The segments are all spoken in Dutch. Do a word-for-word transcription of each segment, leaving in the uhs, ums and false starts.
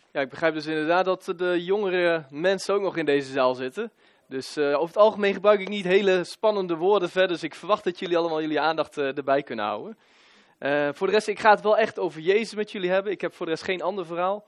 Ja, ik begrijp dus inderdaad dat de jongere mensen ook nog in deze zaal zitten. Dus uh, over het algemeen gebruik ik niet hele spannende woorden verder. Dus ik verwacht dat jullie allemaal jullie aandacht uh, erbij kunnen houden. Uh, voor de rest, ik ga het wel echt over Jezus met jullie hebben. Ik heb voor de rest geen ander verhaal.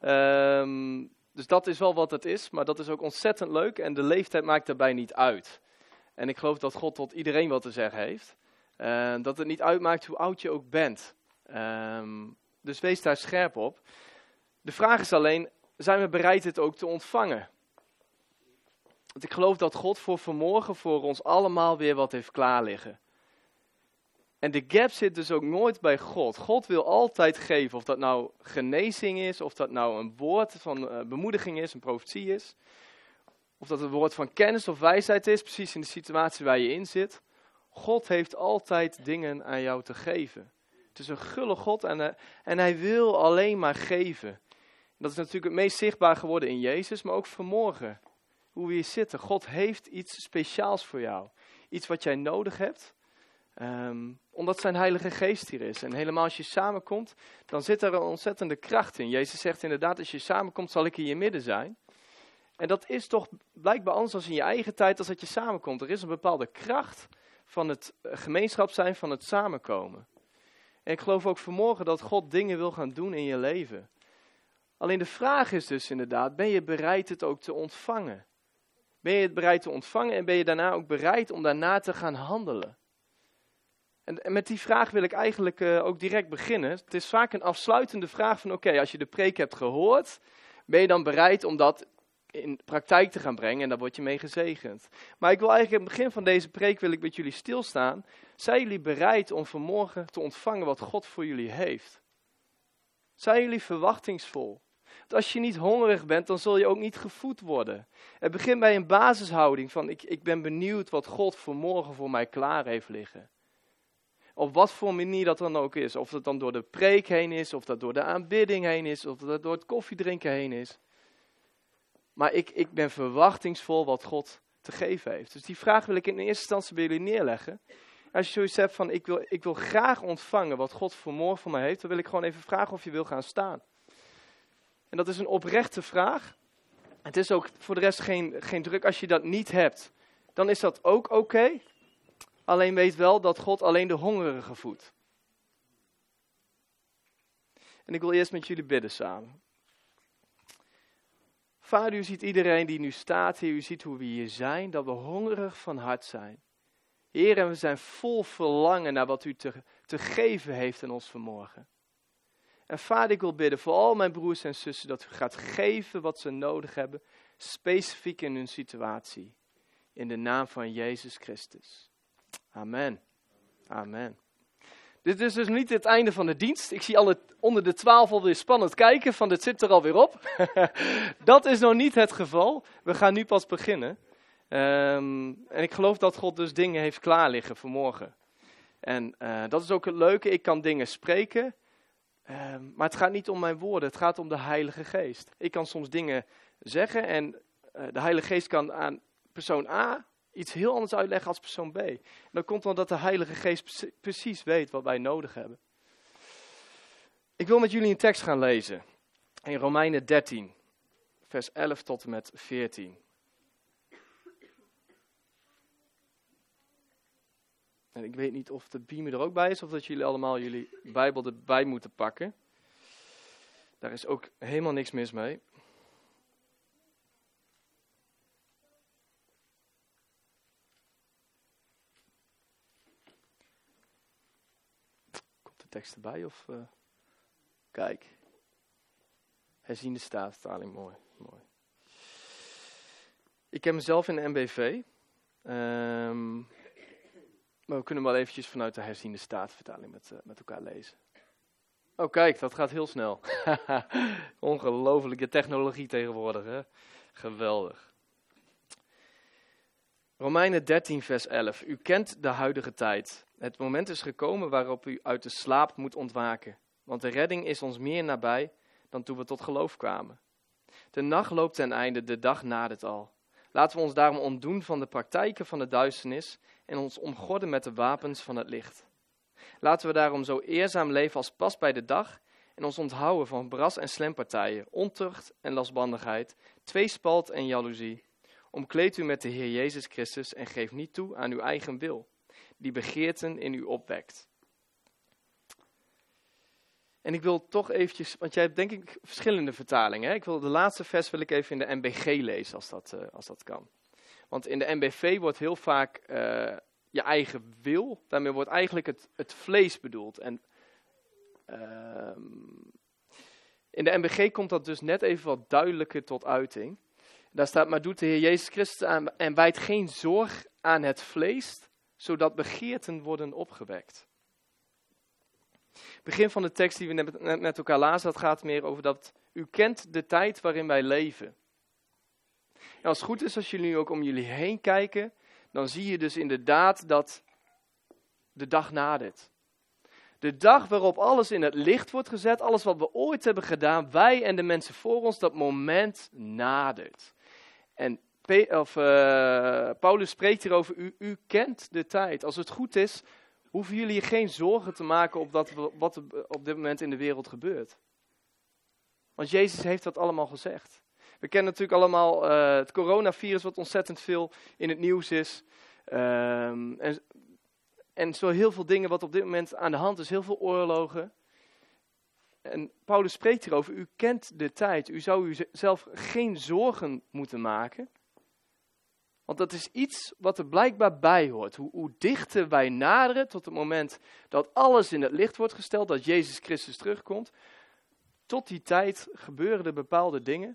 Um, dus dat is wel wat het is. Maar dat is ook ontzettend leuk. En de leeftijd maakt daarbij niet uit. En ik geloof dat God tot iedereen wat te zeggen heeft. Uh, dat het niet uitmaakt hoe oud je ook bent. Um, dus wees daar scherp op. De vraag is alleen, zijn we bereid het ook te ontvangen? Want ik geloof dat God voor vanmorgen voor ons allemaal weer wat heeft klaar liggen. En de gap zit dus ook nooit bij God. God wil altijd geven, of dat nou genezing is, of dat nou een woord van uh, bemoediging is, een profetie is. Of dat het woord van kennis of wijsheid is, precies in de situatie waar je in zit. God heeft altijd dingen aan jou te geven. Het is een gulle God en, uh, en hij wil alleen maar geven. Dat is natuurlijk het meest zichtbaar geworden in Jezus, maar ook vanmorgen. Hoe we hier zitten. God heeft iets speciaals voor jou. Iets wat jij nodig hebt. Um, omdat zijn Heilige Geest hier is. En helemaal als je samenkomt, dan zit er een ontzettende kracht in. Jezus zegt inderdaad, als je samenkomt, zal ik in je midden zijn. En dat is toch blijkbaar anders dan in je eigen tijd, als dat je samenkomt. Er is een bepaalde kracht van het gemeenschap zijn, van het samenkomen. En ik geloof ook vanmorgen dat God dingen wil gaan doen in je leven. Alleen de vraag is dus inderdaad, ben je bereid het ook te ontvangen? Ben je het bereid te ontvangen en ben je daarna ook bereid om daarna te gaan handelen? En, en met die vraag wil ik eigenlijk uh, ook direct beginnen. Het is vaak een afsluitende vraag van oké, okay, als je de preek hebt gehoord, ben je dan bereid om dat in praktijk te gaan brengen en daar word je mee gezegend. Maar ik wil eigenlijk in het begin van deze preek wil ik met jullie stilstaan. Zijn jullie bereid om vanmorgen te ontvangen wat God voor jullie heeft? Zijn jullie verwachtingsvol? Want als je niet hongerig bent, dan zul je ook niet gevoed worden. Het begint bij een basishouding van ik, ik ben benieuwd wat God voor morgen voor mij klaar heeft liggen. Op wat voor manier dat dan ook is. Of dat dan door de preek heen is, of dat door de aanbidding heen is, of dat door het koffiedrinken heen is. Maar ik, ik ben verwachtingsvol wat God te geven heeft. Dus die vraag wil ik in eerste instantie bij jullie neerleggen. Als je zoiets hebt van ik wil, ik wil graag ontvangen wat God voor morgen voor mij heeft, dan wil ik gewoon even vragen of je wil gaan staan. En dat is een oprechte vraag. Het is ook voor de rest geen, geen druk. Als je dat niet hebt, dan is dat ook oké. Okay. Alleen weet wel dat God alleen de hongerigen voedt. En ik wil eerst met jullie bidden samen. Vader, u ziet iedereen die nu staat hier. U ziet hoe we hier zijn, dat we hongerig van hart zijn. Heer, en we zijn vol verlangen naar wat u te, te geven heeft aan ons vanmorgen. En Vader, ik wil bidden voor al mijn broers en zussen dat u gaat geven wat ze nodig hebben, specifiek in hun situatie. In de naam van Jezus Christus. Amen. Amen. Dit is dus niet het einde van de dienst. Ik zie alle onder de twaalf alweer spannend kijken, van dit zit er alweer op. Dat is nog niet het geval. We gaan nu pas beginnen. Um, en ik geloof dat God dus dingen heeft klaar liggen voor morgen. En uh, dat is ook het leuke, ik kan dingen spreken. Um, maar het gaat niet om mijn woorden, het gaat om de Heilige Geest. Ik kan soms dingen zeggen en uh, de Heilige Geest kan aan persoon A iets heel anders uitleggen als persoon B. En dat komt omdat de Heilige Geest precies weet wat wij nodig hebben. Ik wil met jullie een tekst gaan lezen. In Romeinen dertien, vers elf tot en met veertien. En ik weet niet of de beamer er ook bij is, of dat jullie allemaal jullie Bijbel erbij moeten pakken. Daar is ook helemaal niks mis mee. Komt de tekst erbij of... Uh... Kijk. Herziende Statenvertaling, mooi, mooi. Ik heb mezelf in de N B V... Um, Maar we kunnen wel eventjes vanuit de herziende Statenvertaling met, uh, met elkaar lezen. Oh kijk, dat gaat heel snel. Ongelofelijke technologie tegenwoordig, hè? Geweldig. Romeinen dertien vers elf. U kent de huidige tijd. Het moment is gekomen waarop u uit de slaap moet ontwaken. Want de redding is ons meer nabij dan toen we tot geloof kwamen. De nacht loopt ten einde, de dag nadert al. Laten we ons daarom ontdoen van de praktijken van de duisternis en ons omgorden met de wapens van het licht. Laten we daarom zo eerzaam leven als past bij de dag en ons onthouden van bras- en slempartijen, ontucht en lastbandigheid, tweespalt en jaloezie. Omkleed u met de Heer Jezus Christus en geef niet toe aan uw eigen wil, die begeerten in u opwekt. En ik wil toch eventjes, want jij hebt denk ik verschillende vertalingen. Hè? Ik wil de laatste vers wil ik even in de N B G lezen, als dat, uh, als dat kan. Want in de N B V wordt heel vaak uh, je eigen wil, daarmee wordt eigenlijk het, het vlees bedoeld. En uh, in de N B G komt dat dus net even wat duidelijker tot uiting. Daar staat, maar doet de Heer Jezus Christus aan en wijdt geen zorg aan het vlees, zodat begeerten worden opgewekt. Het begin van de tekst die we net, net met elkaar lazen, dat gaat meer over dat u kent de tijd waarin wij leven. En als het goed is, als jullie nu ook om jullie heen kijken, dan zie je dus inderdaad dat de dag nadert. De dag waarop alles in het licht wordt gezet, alles wat we ooit hebben gedaan, wij en de mensen voor ons, dat moment nadert. En Pe- of, uh, Paulus spreekt hierover, u, u kent de tijd. Als het goed is, hoeven jullie je geen zorgen te maken op dat, wat er op dit moment in de wereld gebeurt. Want Jezus heeft dat allemaal gezegd. We kennen natuurlijk allemaal uh, het coronavirus, wat ontzettend veel in het nieuws is. Um, en, en zo heel veel dingen wat op dit moment aan de hand is, heel veel oorlogen. En Paulus spreekt hierover, u kent de tijd, u zou uzelf geen zorgen moeten maken. Want dat is iets wat er blijkbaar bij hoort. Hoe, hoe dichter wij naderen tot het moment dat alles in het licht wordt gesteld, dat Jezus Christus terugkomt. Tot die tijd gebeuren er bepaalde dingen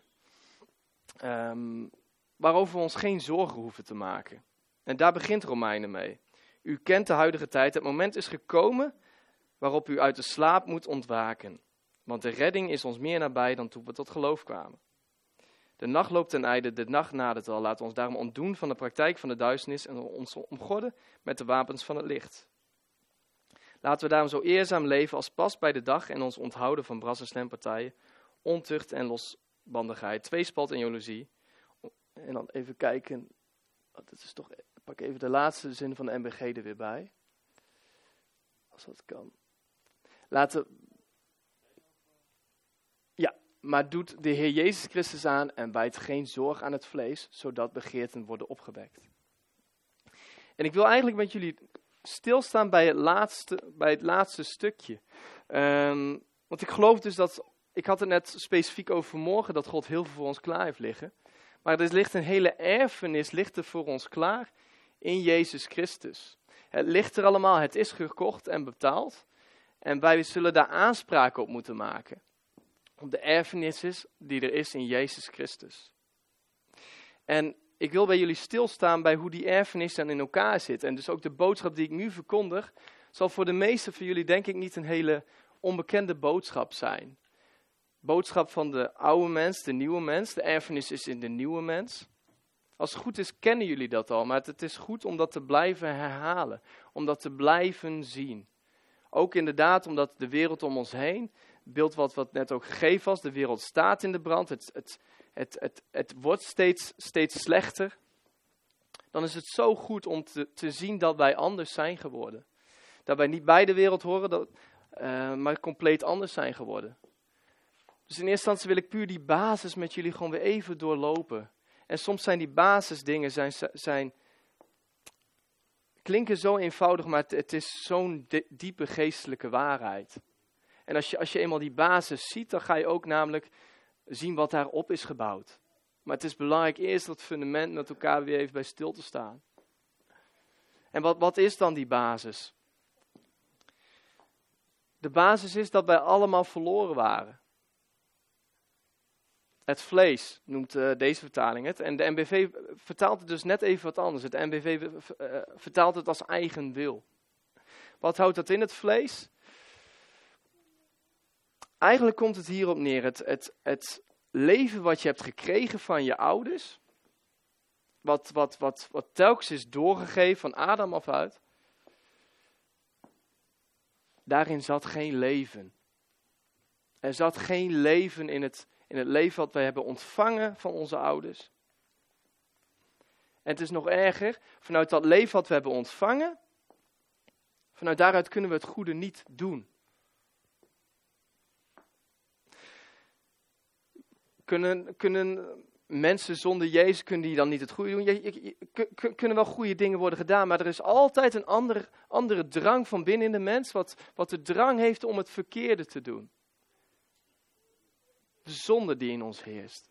um, waarover we ons geen zorgen hoeven te maken. En daar begint Romeinen mee. U kent de huidige tijd, het moment is gekomen waarop u uit de slaap moet ontwaken. Want de redding is ons meer nabij dan toen we tot geloof kwamen. De nacht loopt ten einde, de nacht nadert al. Laten we ons daarom ontdoen van de praktijk van de duisternis en ons omgorden met de wapens van het licht. Laten we daarom zo eerzaam leven als past bij de dag en ons onthouden van bras- en slempartijen, ontucht en losbandigheid, tweespalt en jaloezie. En dan even kijken, dat is toch, pak even de laatste zin van de N B G er weer bij. Als dat kan. Laten Ja, maar doet de Heer Jezus Christus aan en wijdt geen zorg aan het vlees, zodat begeerten worden opgewekt. En ik wil eigenlijk met jullie stilstaan bij het laatste, bij het laatste stukje. Um, want ik geloof dus dat, ik had het net specifiek over vanmorgen, dat God heel veel voor ons klaar heeft liggen. Maar er ligt een hele erfenis, ligt er voor ons klaar in Jezus Christus. Het ligt er allemaal, het is gekocht en betaald. En wij zullen daar aanspraak op moeten maken. Op de erfenis die er is in Jezus Christus. En ik wil bij jullie stilstaan bij hoe die erfenis dan in elkaar zit. En dus ook de boodschap die ik nu verkondig, zal voor de meesten van jullie denk ik niet een hele onbekende boodschap zijn. Boodschap van de oude mens, de nieuwe mens. De erfenis is in de nieuwe mens. Als het goed is, kennen jullie dat al. Maar het is goed om dat te blijven herhalen. Om dat te blijven zien. Ook inderdaad omdat de wereld om ons heen, het beeld wat, wat net ook gegeven was, de wereld staat in de brand. Het, het, het, het, het wordt steeds, steeds slechter. Dan is het zo goed om te, te zien dat wij anders zijn geworden. Dat wij niet bij de wereld horen, dat, uh, maar compleet anders zijn geworden. Dus in eerste instantie wil ik puur die basis met jullie gewoon weer even doorlopen. En soms zijn die basisdingen, zijn, zijn, klinken zo eenvoudig, maar het, het is zo'n de, diepe geestelijke waarheid. En als je, als je eenmaal die basis ziet, dan ga je ook namelijk zien wat daarop is gebouwd. Maar het is belangrijk eerst dat fundament met elkaar weer even bij stil te staan. En wat, wat is dan die basis? De basis is dat wij allemaal verloren waren. Het vlees noemt uh, deze vertaling het. En de N B V vertaalt het dus net even wat anders. Het N B V uh, vertaalt het als eigen wil. Wat houdt dat in, het vlees? Eigenlijk komt het hierop neer. Het, het, het leven wat je hebt gekregen van je ouders. Wat, wat, wat, wat telkens is doorgegeven van Adam af uit. Daarin zat geen leven. Er zat geen leven in het, in het leven wat wij hebben ontvangen van onze ouders. En het is nog erger, vanuit dat leven wat we hebben ontvangen, vanuit daaruit kunnen we het goede niet doen. Kunnen, kunnen mensen zonder Jezus, kunnen die dan niet het goede doen? Je, je, je, k- kunnen wel goede dingen worden gedaan, maar er is altijd een andere, andere drang van binnen in de mens, wat, wat de drang heeft om het verkeerde te doen. De zonde die in ons heerst.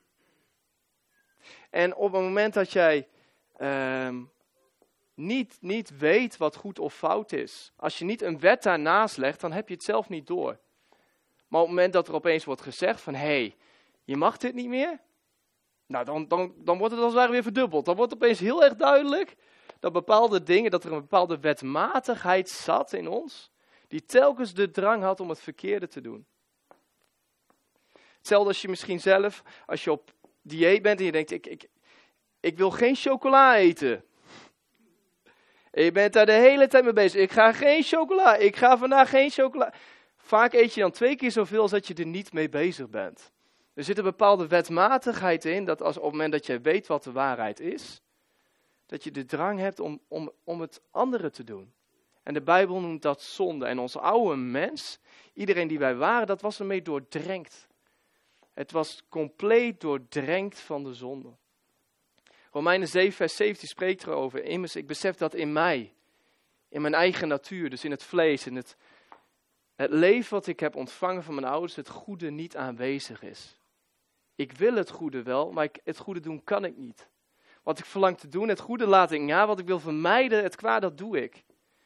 En op het moment dat jij uh, niet, niet weet wat goed of fout is, als je niet een wet daarnaast legt, dan heb je het zelf niet door. Maar op het moment dat er opeens wordt gezegd van, hé, hey, je mag dit niet meer, nou dan, dan, dan wordt het als het ware weer verdubbeld. Dan wordt opeens heel erg duidelijk dat bepaalde dingen, dat er een bepaalde wetmatigheid zat in ons, die telkens de drang had om het verkeerde te doen. Hetzelfde als je misschien zelf, als je op dieet bent en je denkt, ik, ik, ik wil geen chocola eten. En je bent daar de hele tijd mee bezig. Ik ga geen chocola, ik ga vandaag geen chocola. Vaak eet je dan twee keer zoveel als dat je er niet mee bezig bent. Er zit een bepaalde wetmatigheid in, dat als op het moment dat jij weet wat de waarheid is, dat je de drang hebt om, om, om het andere te doen. En de Bijbel noemt dat zonde. En onze oude mens, iedereen die wij waren, dat was ermee doordrenkt. Het was compleet doordrenkt van de zonde. Romeinen zeven vers zeventien spreekt erover. Immers, ik besef dat in mij, in mijn eigen natuur, dus in het vlees, in het, het leven wat ik heb ontvangen van mijn ouders, het goede niet aanwezig is. Ik wil het goede wel, maar ik, het goede doen kan ik niet. Wat ik verlang te doen, het goede laat ik na, wat ik wil vermijden, het kwaad, dat doe ik.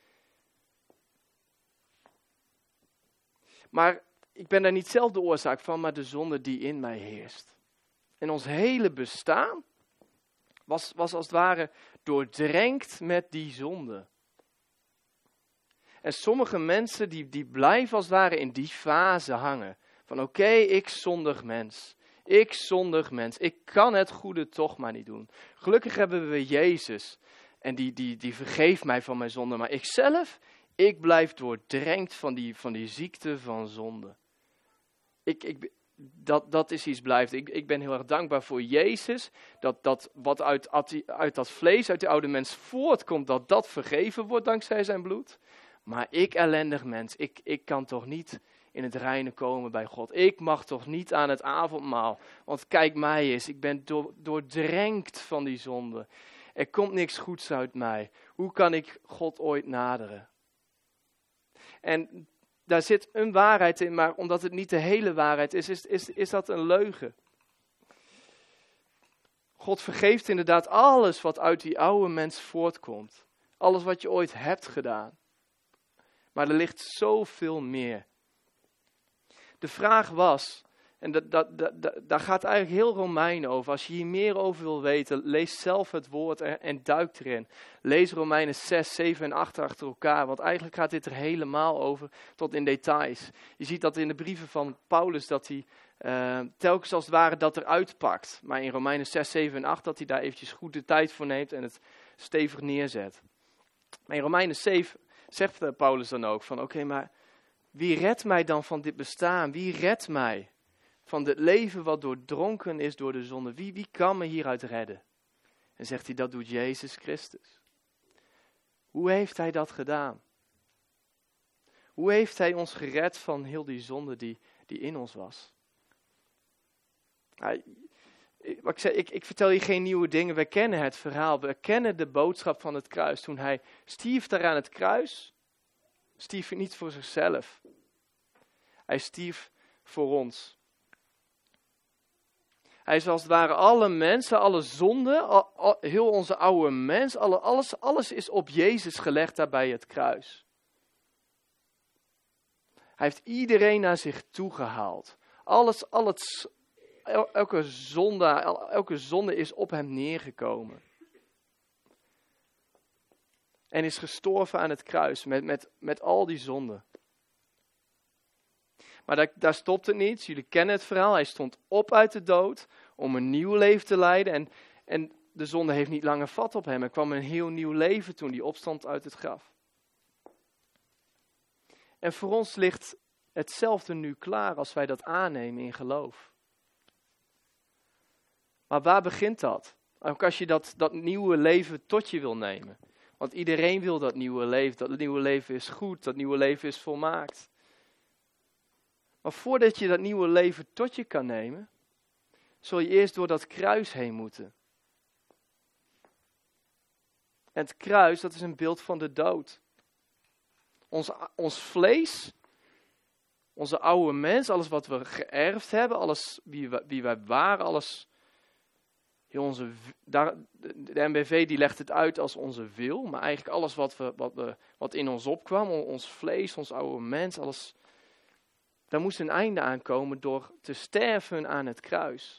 Maar ik ben daar niet zelf de oorzaak van, maar de zonde die in mij heerst. En ons hele bestaan was, was als het ware doordrenkt met die zonde. En sommige mensen die, die blijven als het ware in die fase hangen. Van oké, okay, ik zondig mens. Ik zondig mens. Ik kan het goede toch maar niet doen. Gelukkig hebben we Jezus. En die, die, die vergeeft mij van mijn zonde. Maar ikzelf, ik blijf doordrenkt van die, van die ziekte van zonde. Ik, ik, dat, dat is iets blijft. Ik, ik ben heel erg dankbaar voor Jezus. Dat, dat wat uit, uit dat vlees, uit de oude mens voortkomt, dat dat vergeven wordt dankzij zijn bloed. Maar ik, ellendig mens, ik, ik kan toch niet in het reine komen bij God. Ik mag toch niet aan het avondmaal. Want kijk mij eens, ik ben door, doordrenkt van die zonde. Er komt niks goeds uit mij. Hoe kan ik God ooit naderen? En daar zit een waarheid in, maar omdat het niet de hele waarheid is, is, is, is dat een leugen. God vergeeft inderdaad alles wat uit die oude mens voortkomt. Alles wat je ooit hebt gedaan. Maar er ligt zoveel meer. De vraag was, en dat, dat, dat, dat, daar gaat eigenlijk heel Romeinen over. Als je hier meer over wil weten, lees zelf het woord en, en duik erin. Lees Romeinen zes, zeven en acht achter elkaar. Want eigenlijk gaat dit er helemaal over, tot in details. Je ziet dat in de brieven van Paulus, dat hij uh, telkens als het ware dat eruit pakt. Maar in Romeinen zes, zeven en acht, dat hij daar eventjes goed de tijd voor neemt en het stevig neerzet. Maar in Romeinen zeven zegt Paulus dan ook van, oké, okay, maar wie redt mij dan van dit bestaan? Wie redt mij van dit leven wat doordronken is door de zonde? Wie, wie kan me hieruit redden? En zegt hij, dat doet Jezus Christus. Hoe heeft hij dat gedaan? Hoe heeft hij ons gered van heel die zonde die, die in ons was? Nou, wat ik, zei, ik, ik vertel je geen nieuwe dingen, we kennen het verhaal, we kennen de boodschap van het kruis. Toen hij stierf daar aan het kruis, stierf hij niet voor zichzelf. Hij stierf voor ons. Hij is als het ware alle mensen, alle zonden, al, al, heel onze oude mens, alle, alles, alles is op Jezus gelegd daar bij het kruis. Hij heeft iedereen naar zich toe gehaald. Alles, al het, el, elke, zonde, el, elke zonde is op hem neergekomen. En is gestorven aan het kruis met, met, met al die zonden. Maar daar, daar stopt het niet. Jullie kennen het verhaal. Hij stond op uit de dood om een nieuw leven te leiden. En, en de zonde heeft niet langer vat op hem. Er kwam een heel nieuw leven toen hij opstond uit het graf. En voor ons ligt hetzelfde nu klaar als wij dat aannemen in geloof. Maar waar begint dat? Ook als je dat, dat nieuwe leven tot je wil nemen. Want iedereen wil dat nieuwe leven. Dat nieuwe leven is goed. Dat nieuwe leven is volmaakt. Maar voordat je dat nieuwe leven tot je kan nemen, zul je eerst door dat kruis heen moeten. En het kruis, dat is een beeld van de dood. Ons, ons vlees, onze oude mens, alles wat we geërfd hebben, alles wie, we, wie wij waren, alles. Onze, daar, de N B V die legt het uit als onze wil, maar eigenlijk alles wat, we, wat, we, wat in ons opkwam, ons vlees, ons oude mens, alles. Daar moest een einde aan komen door te sterven aan het kruis.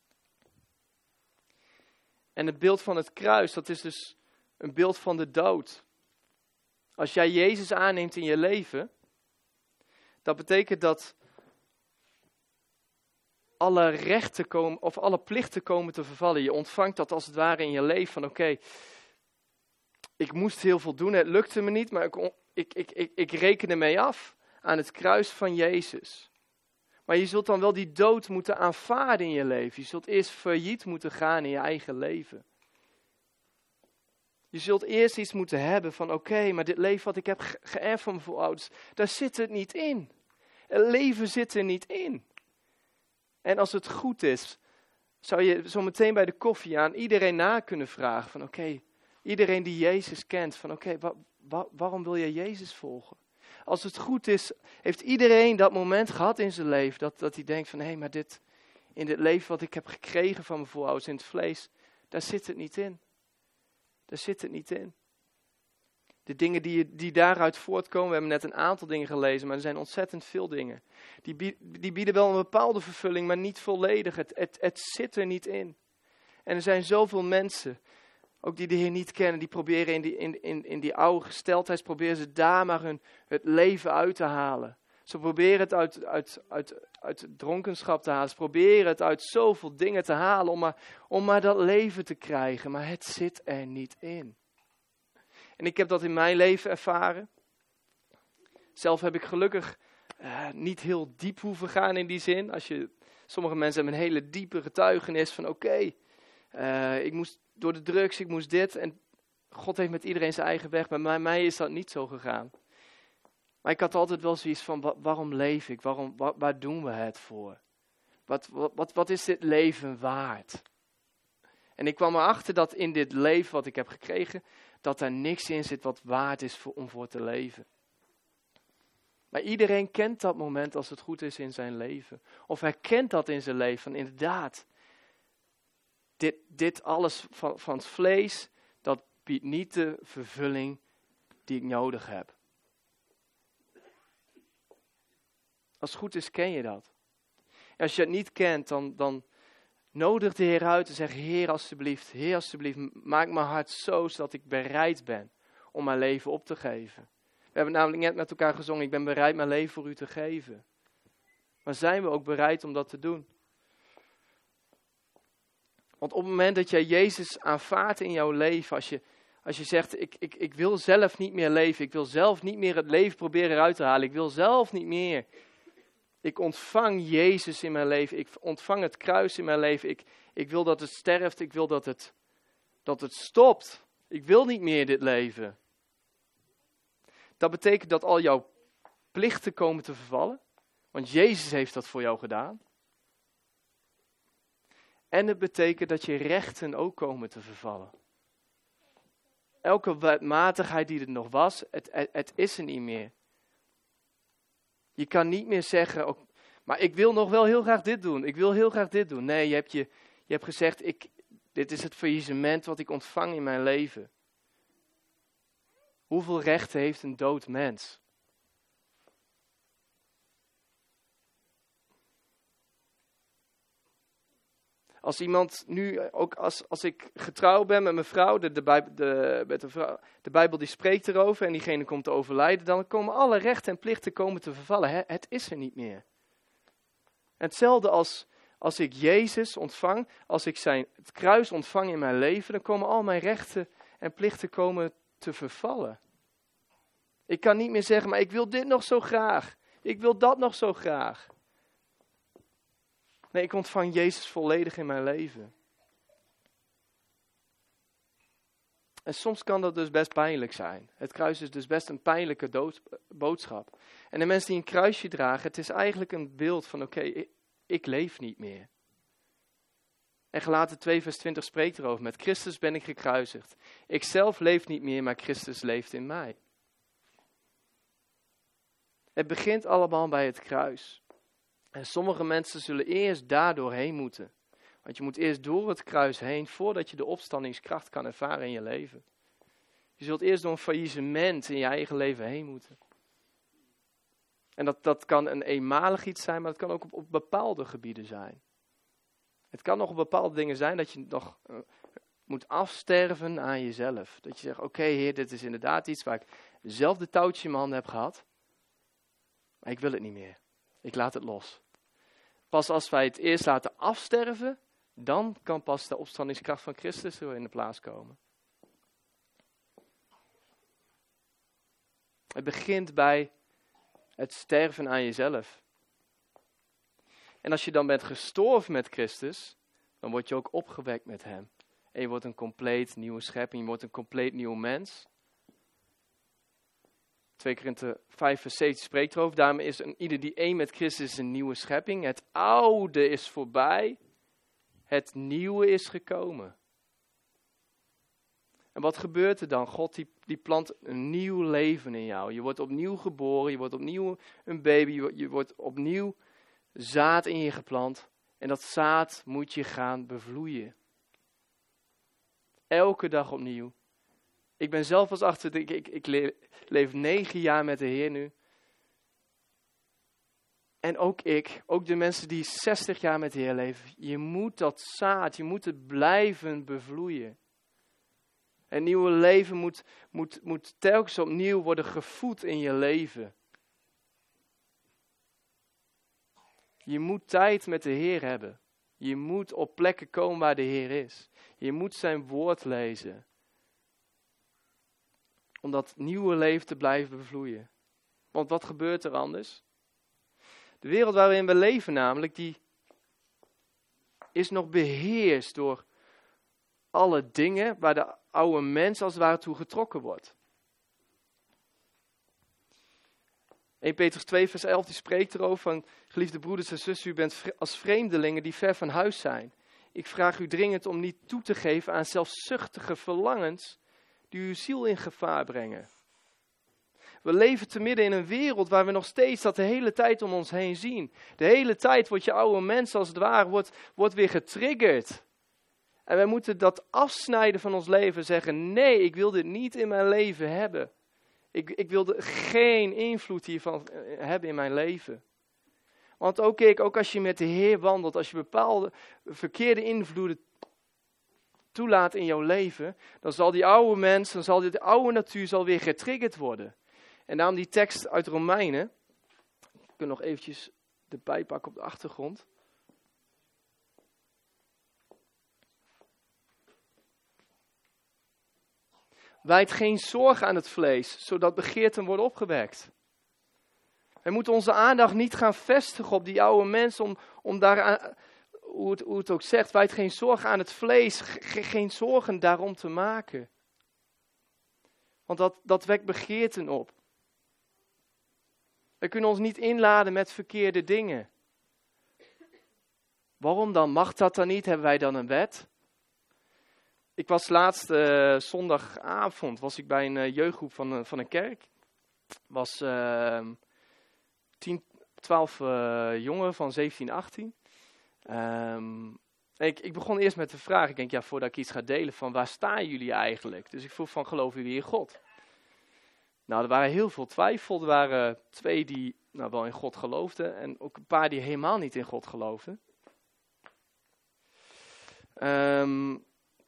En het beeld van het kruis, dat is dus een beeld van de dood. Als jij Jezus aanneemt in je leven, dat betekent dat alle rechten komen, of alle plichten komen te vervallen. Je ontvangt dat als het ware in je leven van oké, okay, ik moest heel veel doen, het lukte me niet, maar ik, ik, ik, ik, ik reken ermee af aan het kruis van Jezus. Maar je zult dan wel die dood moeten aanvaarden in je leven. Je zult eerst failliet moeten gaan in je eigen leven. Je zult eerst iets moeten hebben van oké, okay, maar dit leven wat ik heb ge- geërfd van mijn voorouders, daar zit het niet in. Het leven zit er niet in. En als het goed is, zou je zo meteen bij de koffie aan iedereen na kunnen vragen van oké, okay, iedereen die Jezus kent, van oké, okay, wa- wa- waarom wil je Jezus volgen? Als het goed is, heeft iedereen dat moment gehad in zijn leven, dat, dat hij denkt van hé, hey, maar dit, in dit leven wat ik heb gekregen van mijn voorouders in het vlees, daar zit het niet in. Daar zit het niet in. De dingen die, die daaruit voortkomen, we hebben net een aantal dingen gelezen, maar er zijn ontzettend veel dingen. Die, bied, die bieden wel een bepaalde vervulling, maar niet volledig. Het, het, het zit er niet in. En er zijn zoveel mensen, ook die de Heer niet kennen, die proberen in die, in, in, in die oude gesteldheid, proberen ze daar maar hun, het leven uit te halen. Ze proberen het uit, uit, uit, uit dronkenschap te halen. Ze proberen het uit zoveel dingen te halen om maar, om maar dat leven te krijgen. Maar het zit er niet in. En ik heb dat in mijn leven ervaren. Zelf heb ik gelukkig uh, niet heel diep hoeven gaan in die zin. Als je, sommige mensen hebben een hele diepe getuigenis van oké, okay, uh, ik moest door de drugs, ik moest dit. En God heeft met iedereen zijn eigen weg. Maar bij mij is dat niet zo gegaan. Maar ik had altijd wel zoiets van, wa- waarom leef ik? Waarom, wa- waar doen we het voor? Wat, wat, wat, wat is dit leven waard? En ik kwam erachter dat in dit leven wat ik heb gekregen, dat er niks in zit wat waard is voor, om voor te leven. Maar iedereen kent dat moment als het goed is in zijn leven. Of herkent dat in zijn leven, van inderdaad, dit, dit alles van, van het vlees, dat biedt niet de vervulling die ik nodig heb. Als het goed is, ken je dat. En als je het niet kent, dan, dan nodig de Heer uit en zeg, Heer alsjeblieft, Heer alsjeblieft, maak mijn hart zo, zodat ik bereid ben om mijn leven op te geven. We hebben namelijk net met elkaar gezongen, ik ben bereid mijn leven voor u te geven. Maar zijn we ook bereid om dat te doen? Want op het moment dat jij Jezus aanvaardt in jouw leven, als je, als je zegt, ik, ik, ik wil zelf niet meer leven, ik wil zelf niet meer het leven proberen eruit te halen, ik wil zelf niet meer. Ik ontvang Jezus in mijn leven, ik ontvang het kruis in mijn leven, ik, ik wil dat het sterft, ik wil dat het, dat het stopt. Ik wil niet meer dit leven. Dat betekent dat al jouw plichten komen te vervallen, want Jezus heeft dat voor jou gedaan. En het betekent dat je rechten ook komen te vervallen. Elke wetmatigheid die er nog was, het, het, het is er niet meer. Je kan niet meer zeggen, oh, maar ik wil nog wel heel graag dit doen. Ik wil heel graag dit doen. Nee, je hebt, je, je hebt gezegd, ik, dit is het faillissement wat ik ontvang in mijn leven. Hoeveel rechten heeft een dood mens? Als iemand nu, ook als, als ik getrouwd ben met mijn vrouw, de, de, Bijbel, de, met de, vrouw, de Bijbel die spreekt erover en diegene komt te overlijden, dan komen alle rechten en plichten komen te vervallen. Hè? Het is er niet meer. En hetzelfde als, als ik Jezus ontvang, als ik zijn, het kruis ontvang in mijn leven, dan komen al mijn rechten en plichten komen te vervallen. Ik kan niet meer zeggen, maar ik wil dit nog zo graag. Ik wil dat nog zo graag. Nee, ik ontvang Jezus volledig in mijn leven. En soms kan dat dus best pijnlijk zijn. Het kruis is dus best een pijnlijke dood, boodschap. En de mensen die een kruisje dragen, het is eigenlijk een beeld van oké, okay, ik, ik leef niet meer. En Galaten twee vers twintig spreekt erover. Met Christus ben ik gekruisigd. Ik zelf leef niet meer, maar Christus leeft in mij. Het begint allemaal bij het kruis. En sommige mensen zullen eerst daardoor heen moeten. Want je moet eerst door het kruis heen voordat je de opstandingskracht kan ervaren in je leven. Je zult eerst door een faillissement in je eigen leven heen moeten. En dat, dat kan een eenmalig iets zijn, maar het kan ook op, op bepaalde gebieden zijn. Het kan nog op bepaalde dingen zijn dat je nog uh, moet afsterven aan jezelf. Dat je zegt, oké okay, Heer, dit is inderdaad iets waar ik zelf de touwtje in mijn handen heb gehad. Maar ik wil het niet meer. Ik laat het los. Pas als wij het eerst laten afsterven, dan kan pas de opstandingskracht van Christus er in de plaats komen. Het begint bij het sterven aan jezelf. En als je dan bent gestorven met Christus, dan word je ook opgewekt met hem. En je wordt een compleet nieuwe schepping, je wordt een compleet nieuw mens. twee Korinthe vijf vers zeventien spreekt erover. Daarom is een, ieder die één met Christus is een nieuwe schepping. Het oude is voorbij. Het nieuwe is gekomen. En wat gebeurt er dan? God die, die plant een nieuw leven in jou. Je wordt opnieuw geboren. Je wordt opnieuw een baby. Je, je wordt opnieuw zaad in je geplant. En dat zaad moet je gaan bevloeien. Elke dag opnieuw. Ik ben zelf als achter, ik, ik, ik leef, leef negen jaar met de Heer nu. En ook ik, ook de mensen die zestig jaar met de Heer leven. Je moet dat zaad, je moet het blijven bevloeien. Een nieuwe leven moet, moet, moet telkens opnieuw worden gevoed in je leven. Je moet tijd met de Heer hebben. Je moet op plekken komen waar de Heer is. Je moet zijn woord lezen. Om dat nieuwe leven te blijven bevloeien. Want wat gebeurt er anders? De wereld waarin we leven namelijk, die is nog beheerst door alle dingen waar de oude mens als het ware toe getrokken wordt. Eerste Petrus twee vers elf die spreekt erover van, geliefde broeders en zussen, u bent als vreemdelingen die ver van huis zijn. Ik vraag u dringend om niet toe te geven aan zelfzuchtige verlangens die uw ziel in gevaar brengen. We leven te midden in een wereld waar we nog steeds dat de hele tijd om ons heen zien. De hele tijd wordt je oude mens als het ware wordt, wordt weer getriggerd. En wij moeten dat afsnijden van ons leven. Zeggen, nee, ik wil dit niet in mijn leven hebben. Ik, ik wil geen invloed hiervan hebben in mijn leven. Want ook ik, ook als je met de Heer wandelt, als je bepaalde verkeerde invloeden toelaat in jouw leven, dan zal die oude mens, dan zal die oude natuur zal weer getriggerd worden. En daarom die tekst uit Romeinen, ik kan nog eventjes erbij pakken op de achtergrond. Wijd geen zorg aan het vlees, zodat begeerten worden opgewekt. We moeten onze aandacht niet gaan vestigen op die oude mens, om, om daar, aan, hoe, het, hoe het ook zegt, wijd geen zorg aan het vlees, ge, geen zorgen daarom te maken. Want dat, dat wekt begeerten op. We kunnen ons niet inladen met verkeerde dingen. Waarom dan? Mag dat dan niet? Hebben wij dan een wet? Ik was laatst uh, zondagavond was ik bij een uh, jeugdgroep van, uh, van een kerk. Was uh, tien, twaalf uh, jongeren van zeventien, achttien. Um, ik, ik begon eerst met de vraag, ik denk ja, voordat ik iets ga delen, van waar staan jullie eigenlijk? Dus ik vroeg van, geloven jullie in God? Nou, er waren heel veel twijfel. Er waren twee die nou, wel in God geloofden en ook een paar die helemaal niet in God geloofden. Um,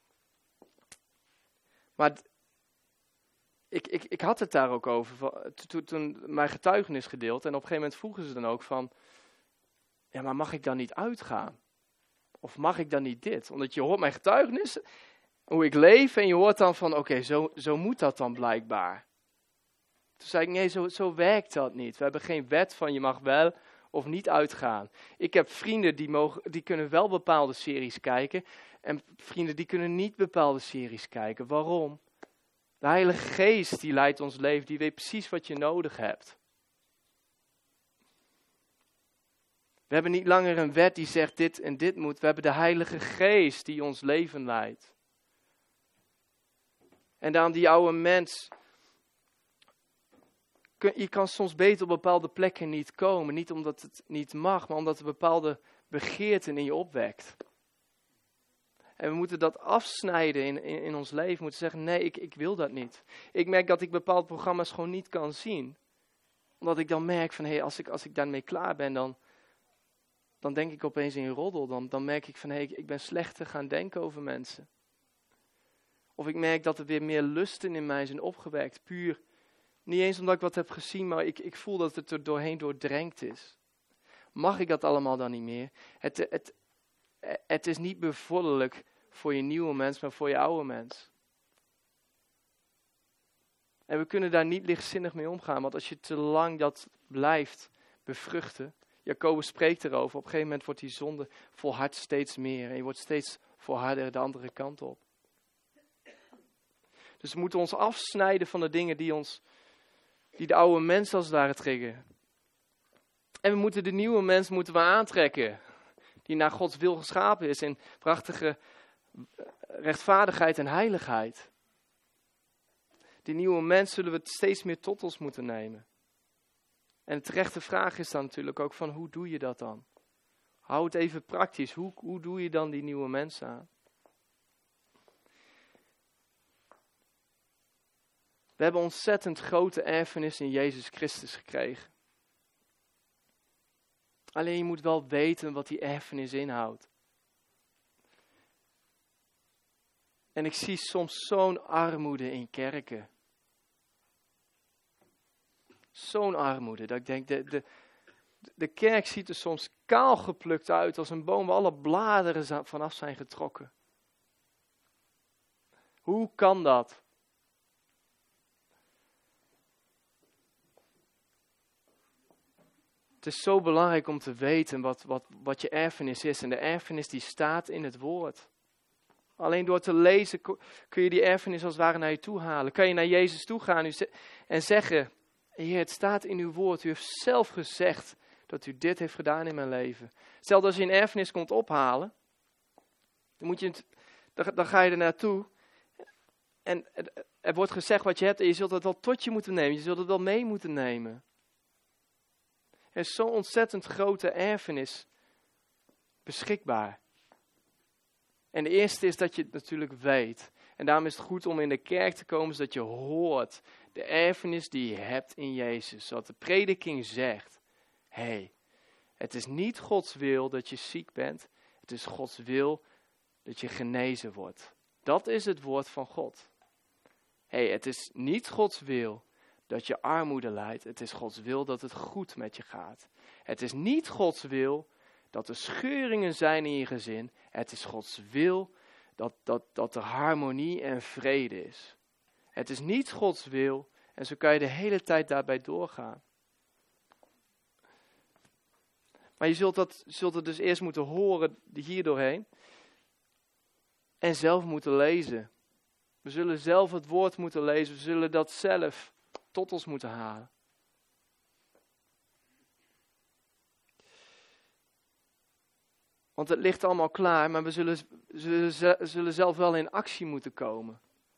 maar d- ik, ik, ik had het daar ook over, toen, toen mijn getuigenis gedeeld. En op een gegeven moment vroegen ze dan ook van, ja, maar mag ik dan niet uitgaan? Of mag ik dan niet dit? Omdat je hoort mijn getuigenis, hoe ik leef, en je hoort dan van, oké, okay, zo, zo moet dat dan blijkbaar. Toen zei ik, nee, zo, zo werkt dat niet. We hebben geen wet van je mag wel of niet uitgaan. Ik heb vrienden die, mogen, die kunnen wel bepaalde series kijken. En vrienden die kunnen niet bepaalde series kijken. Waarom? De Heilige Geest die leidt ons leven. Die weet precies wat je nodig hebt. We hebben niet langer een wet die zegt dit en dit moet. We hebben de Heilige Geest die ons leven leidt. En dan die oude mens. Je kan soms beter op bepaalde plekken niet komen. Niet omdat het niet mag, maar omdat er bepaalde begeerten in je opwekt. En we moeten dat afsnijden in, in, in ons leven. We moeten zeggen, nee, ik, ik wil dat niet. Ik merk dat ik bepaalde programma's gewoon niet kan zien. Omdat ik dan merk van, hé, hey, als, ik, als ik daarmee klaar ben, dan, dan denk ik opeens in roddel. Dan, dan merk ik van, hé, hey, ik, ik ben slechter gaan denken over mensen. Of ik merk dat er weer meer lusten in mij zijn opgewekt. Puur, niet eens omdat ik wat heb gezien, maar ik, ik voel dat het er doorheen doordrenkt is. Mag ik dat allemaal dan niet meer? Het, het, het is niet bevorderlijk voor je nieuwe mens, maar voor je oude mens. En we kunnen daar niet lichtzinnig mee omgaan, want als je te lang dat blijft bevruchten. Jacobus spreekt erover, op een gegeven moment wordt die zonde volhardt steeds meer. En je wordt steeds volharder de andere kant op. Dus we moeten ons afsnijden van de dingen die ons, die de oude mens als het ware triggeren. En we moeten de nieuwe mens moeten we aantrekken. Die naar Gods wil geschapen is in prachtige rechtvaardigheid en heiligheid. Die nieuwe mens zullen we het steeds meer tot ons moeten nemen. En de terechte vraag is dan natuurlijk ook van hoe doe je dat dan? Hou het even praktisch. Hoe, hoe doe je dan die nieuwe mens aan? We hebben ontzettend grote erfenis in Jezus Christus gekregen. Alleen je moet wel weten wat die erfenis inhoudt. En ik zie soms zo'n armoede in kerken. Zo'n armoede, dat ik denk, de, de, de kerk ziet er soms kaal geplukt uit als een boom waar alle bladeren vanaf zijn getrokken. Hoe kan dat? Het is zo belangrijk om te weten wat, wat, wat je erfenis is. En de erfenis die staat in het woord. Alleen door te lezen kun je die erfenis als het ware naar je toe halen. Kan je naar Jezus toe gaan en zeggen, Heer, het staat in uw woord. U heeft zelf gezegd dat u dit heeft gedaan in mijn leven. Stel dat als je een erfenis komt ophalen, dan, moet je het, dan, dan ga je er naartoe. En er wordt gezegd wat je hebt en je zult het wel tot je moeten nemen. Je zult het wel mee moeten nemen. Er is zo'n ontzettend grote erfenis beschikbaar. En de eerste is dat je het natuurlijk weet. En daarom is het goed om in de kerk te komen, zodat je hoort de erfenis die je hebt in Jezus. Zodat de prediking zegt, hé, hey, het is niet Gods wil dat je ziek bent. Het is Gods wil dat je genezen wordt. Dat is het woord van God. Hé, hey, het is niet Gods wil dat je armoede lijdt. Het is Gods wil dat het goed met je gaat. Het is niet Gods wil dat er scheuringen zijn in je gezin. Het is Gods wil dat, dat, dat er harmonie en vrede is. Het is niet Gods wil. En zo kan je de hele tijd daarbij doorgaan. Maar je zult, dat, zult het dus eerst moeten horen hier doorheen. En zelf moeten lezen. We zullen zelf het woord moeten lezen. We zullen dat zelf tot ons moeten halen. Want het ligt allemaal klaar, maar we zullen, zullen, zullen zelf wel in actie moeten komen.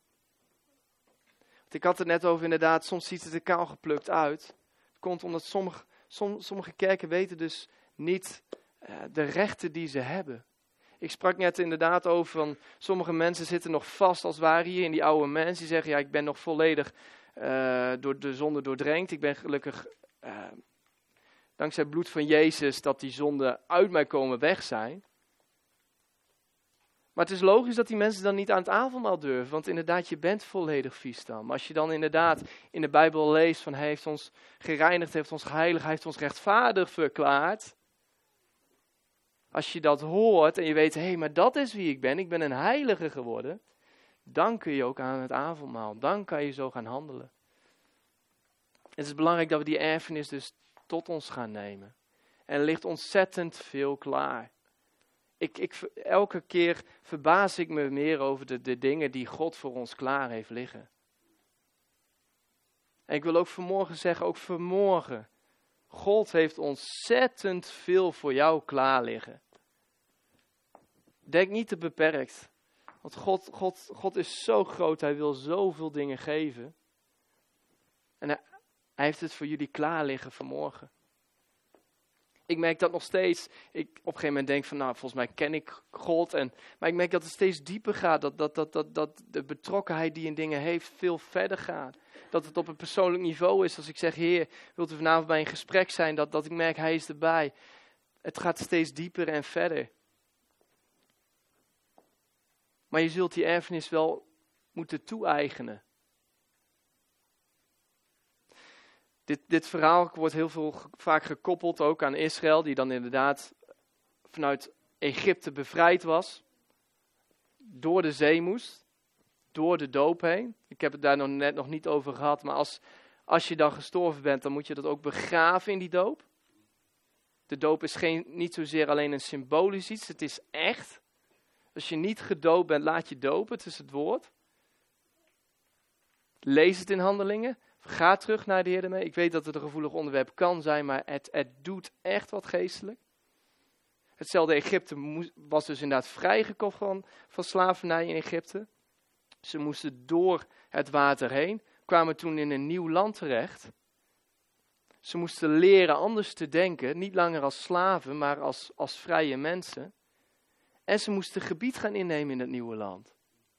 Want ik had het net over inderdaad, soms ziet het er kaal geplukt uit. Het komt omdat sommige, som, sommige kerken weten dus niet uh, de rechten die ze hebben. Ik sprak net inderdaad over van sommige mensen zitten nog vast als het ware hier in die oude mens. Die zeggen, ja, ik ben nog volledig uh, door de zonde doordrenkt. Ik ben gelukkig, uh, dankzij het bloed van Jezus, dat die zonden uit mij komen weg zijn. Maar het is logisch dat die mensen dan niet aan het avondmaal durven. Want inderdaad, je bent volledig vies dan. Maar als je dan inderdaad in de Bijbel leest van hij heeft ons gereinigd, heeft ons geheiligd, hij heeft ons rechtvaardig verklaard. Als je dat hoort en je weet, hé, hey, maar dat is wie ik ben, ik ben een heilige geworden. Dan kun je ook aan het avondmaal, dan kan je zo gaan handelen. Het is belangrijk dat we die erfenis dus tot ons gaan nemen. En er ligt ontzettend veel klaar. Ik, ik, elke keer verbaas ik me meer over de, de dingen die God voor ons klaar heeft liggen. En ik wil ook vanmorgen zeggen, ook vanmorgen. God heeft ontzettend veel voor jou klaar liggen. Denk niet te beperkt. Want God, God, God is zo groot, hij wil zoveel dingen geven. En hij, hij heeft het voor jullie klaar liggen vanmorgen. Ik merk dat nog steeds. Ik op een gegeven moment denk van, nou, volgens mij ken ik God. En, maar ik merk dat het steeds dieper gaat. Dat, dat, dat, dat, dat de betrokkenheid die in dingen heeft veel verder gaat. Dat het op een persoonlijk niveau is. Als ik zeg, Heer, wilt u vanavond bij een gesprek zijn? Dat, dat ik merk, hij is erbij. Het gaat steeds dieper en verder. Maar je zult die erfenis wel moeten toe-eigenen. Dit, dit verhaal wordt heel veel, vaak gekoppeld ook aan Israël, die dan inderdaad vanuit Egypte bevrijd was. Door de zee moest, door de doop heen. Ik heb het daar nog net nog niet over gehad, maar als, als je dan gestorven bent, dan moet je dat ook begraven in die doop. De doop is geen, niet zozeer alleen een symbolisch iets, het is echt. Als je niet gedoopt bent, laat je dopen, het is het woord. Lees het in Handelingen. Ga terug naar de Heer ermee. Ik weet dat het een gevoelig onderwerp kan zijn, maar het, het doet echt wat geestelijk. Hetzelfde Egypte moest, was dus inderdaad vrijgekocht van, van slavernij in Egypte. Ze moesten door het water heen, kwamen toen in een nieuw land terecht. Ze moesten leren anders te denken, niet langer als slaven, maar als, als vrije mensen. En ze moesten gebied gaan innemen in het nieuwe land.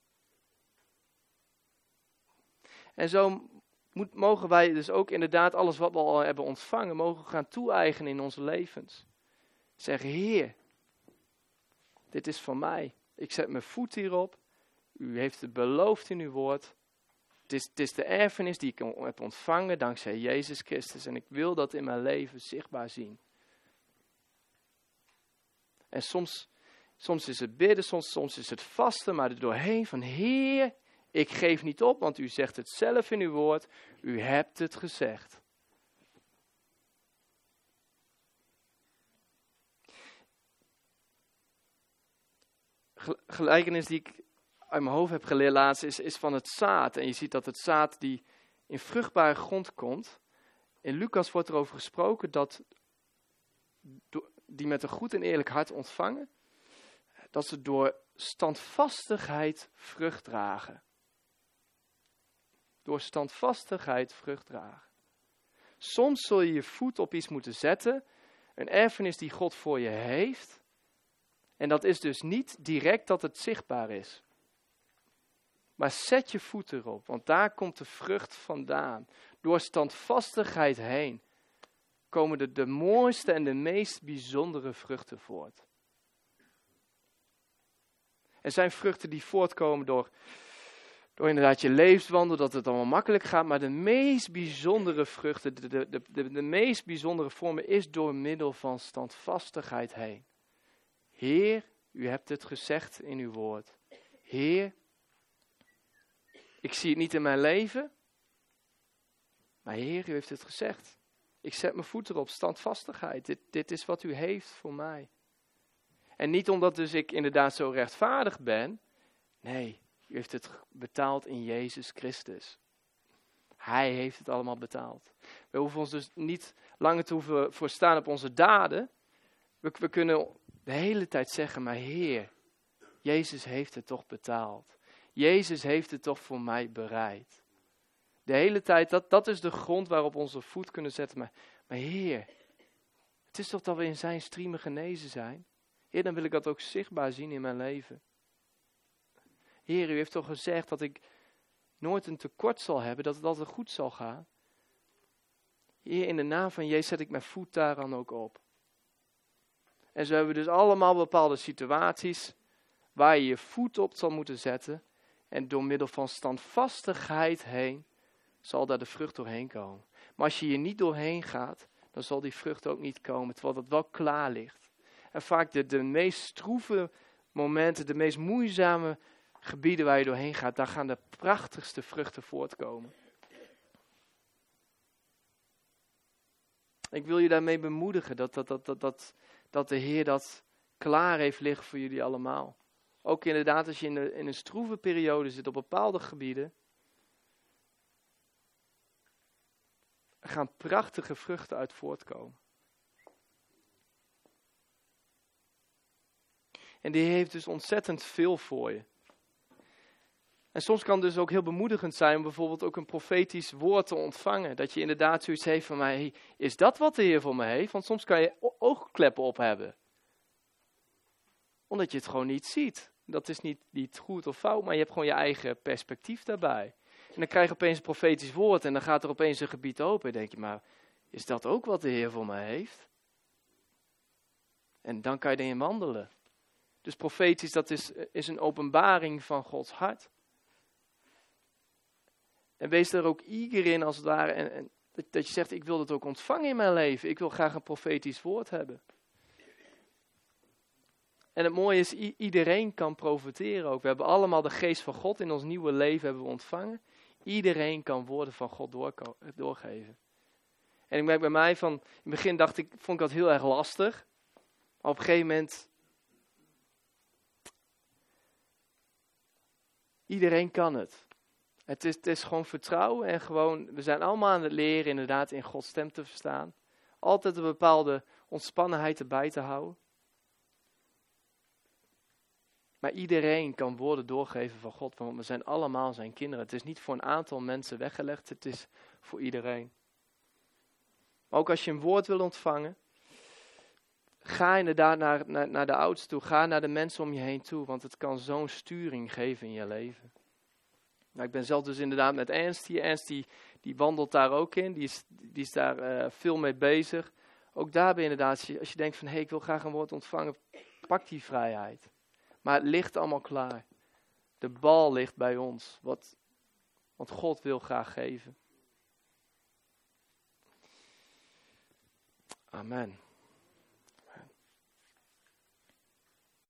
En zo moet, mogen wij dus ook inderdaad alles wat we al hebben ontvangen, mogen gaan toe-eigenen in onze levens. Zeggen, Heer, dit is van mij. Ik zet mijn voet hierop. U heeft het beloofd in uw woord. Het is, het is de erfenis die ik heb ontvangen dankzij Jezus Christus. En ik wil dat in mijn leven zichtbaar zien. En soms, soms is het bidden, soms, soms is het vasten, maar er doorheen van, Heer, ik geef niet op, want u zegt het zelf in uw woord. U hebt het gezegd. Gelijkenis die ik uit mijn hoofd heb geleerd laatst is, is van het zaad. En je ziet dat het zaad die in vruchtbare grond komt. In Lucas wordt er over gesproken dat die met een goed en eerlijk hart ontvangen, dat ze door standvastigheid vrucht dragen. Door standvastigheid vrucht dragen. Soms zul je je voet op iets moeten zetten, een erfenis die God voor je heeft. En dat is dus niet direct dat het zichtbaar is. Maar zet je voet erop, want daar komt de vrucht vandaan. Door standvastigheid heen komen de, de mooiste en de meest bijzondere vruchten voort. Er zijn vruchten die voortkomen door, door inderdaad je levenswandel, dat het allemaal makkelijk gaat. Maar de meest bijzondere vruchten, de, de, de, de, de meest bijzondere vormen is door middel van standvastigheid heen. Heer, u hebt het gezegd in uw woord. Heer, ik zie het niet in mijn leven, maar Heer, u heeft het gezegd. Ik zet mijn voet erop, standvastigheid. Dit, dit is wat u heeft voor mij. En niet omdat dus ik inderdaad zo rechtvaardig ben. Nee, u heeft het betaald in Jezus Christus. Hij heeft het allemaal betaald. We hoeven ons dus niet langer te hoeven voorstaan op onze daden. We, we kunnen de hele tijd zeggen, maar Heer, Jezus heeft het toch betaald. Jezus heeft het toch voor mij bereid. De hele tijd, dat, dat is de grond waarop we onze voet kunnen zetten. Maar, maar Heer, het is toch dat we in zijn striemen genezen zijn? Heer, dan wil ik dat ook zichtbaar zien in mijn leven. Heer, u heeft toch gezegd dat ik nooit een tekort zal hebben, dat het altijd goed zal gaan. Heer, in de naam van Jezus zet ik mijn voet daaraan ook op. En zo hebben we dus allemaal bepaalde situaties waar je je voet op zal moeten zetten. En door middel van standvastigheid heen zal daar de vrucht doorheen komen. Maar als je hier niet doorheen gaat, dan zal die vrucht ook niet komen, terwijl dat wel klaar ligt. En vaak de, de meest stroeve momenten, de meest moeizame gebieden waar je doorheen gaat, daar gaan de prachtigste vruchten voortkomen. Ik wil je daarmee bemoedigen dat, dat, dat, dat, dat, dat de Heer dat klaar heeft liggen voor jullie allemaal. Ook inderdaad als je in, de, in een stroeve periode zit op bepaalde gebieden. Er gaan prachtige vruchten uit voortkomen. En die heeft dus ontzettend veel voor je. En soms kan het dus ook heel bemoedigend zijn om bijvoorbeeld ook een profetisch woord te ontvangen. Dat je inderdaad zoiets heeft van, hey, is dat wat de Heer voor me heeft? Want soms kan je oogkleppen op hebben. Omdat je het gewoon niet ziet. Dat is niet, niet goed of fout, maar je hebt gewoon je eigen perspectief daarbij. En dan krijg je opeens een profetisch woord en dan gaat er opeens een gebied open. En dan denk je, maar is dat ook wat de Heer voor me heeft? En dan kan je erin wandelen. Dus profetisch, dat is, is een openbaring van Gods hart. En wees er ook eager in als het ware. En, en dat, dat je zegt, ik wil dat ook ontvangen in mijn leven. Ik wil graag een profetisch woord hebben. En het mooie is, i- iedereen kan profiteren ook. We hebben allemaal de geest van God in ons nieuwe leven hebben we ontvangen. Iedereen kan woorden van God doorko- doorgeven. En ik merk bij mij van, in het begin dacht ik, vond ik dat heel erg lastig. Maar op een gegeven moment, iedereen kan het. Het is, het is gewoon vertrouwen en gewoon, we zijn allemaal aan het leren inderdaad in Gods stem te verstaan. Altijd een bepaalde ontspannenheid erbij te houden. Maar iedereen kan woorden doorgeven van God, want we zijn allemaal zijn kinderen. Het is niet voor een aantal mensen weggelegd, het is voor iedereen. Maar ook als je een woord wil ontvangen, ga inderdaad naar, naar, naar de oudsten toe, ga naar de mensen om je heen toe, want het kan zo'n sturing geven in je leven. Nou, ik ben zelf dus inderdaad met Ernst hier. Ernst die, die wandelt daar ook in. Die is, die is daar uh, veel mee bezig. Ook daarbij inderdaad, als je, als je denkt van, hé, hey, ik wil graag een woord ontvangen, pak die vrijheid. Maar het ligt allemaal klaar. De bal ligt bij ons. Wat, wat God wil graag geven. Amen.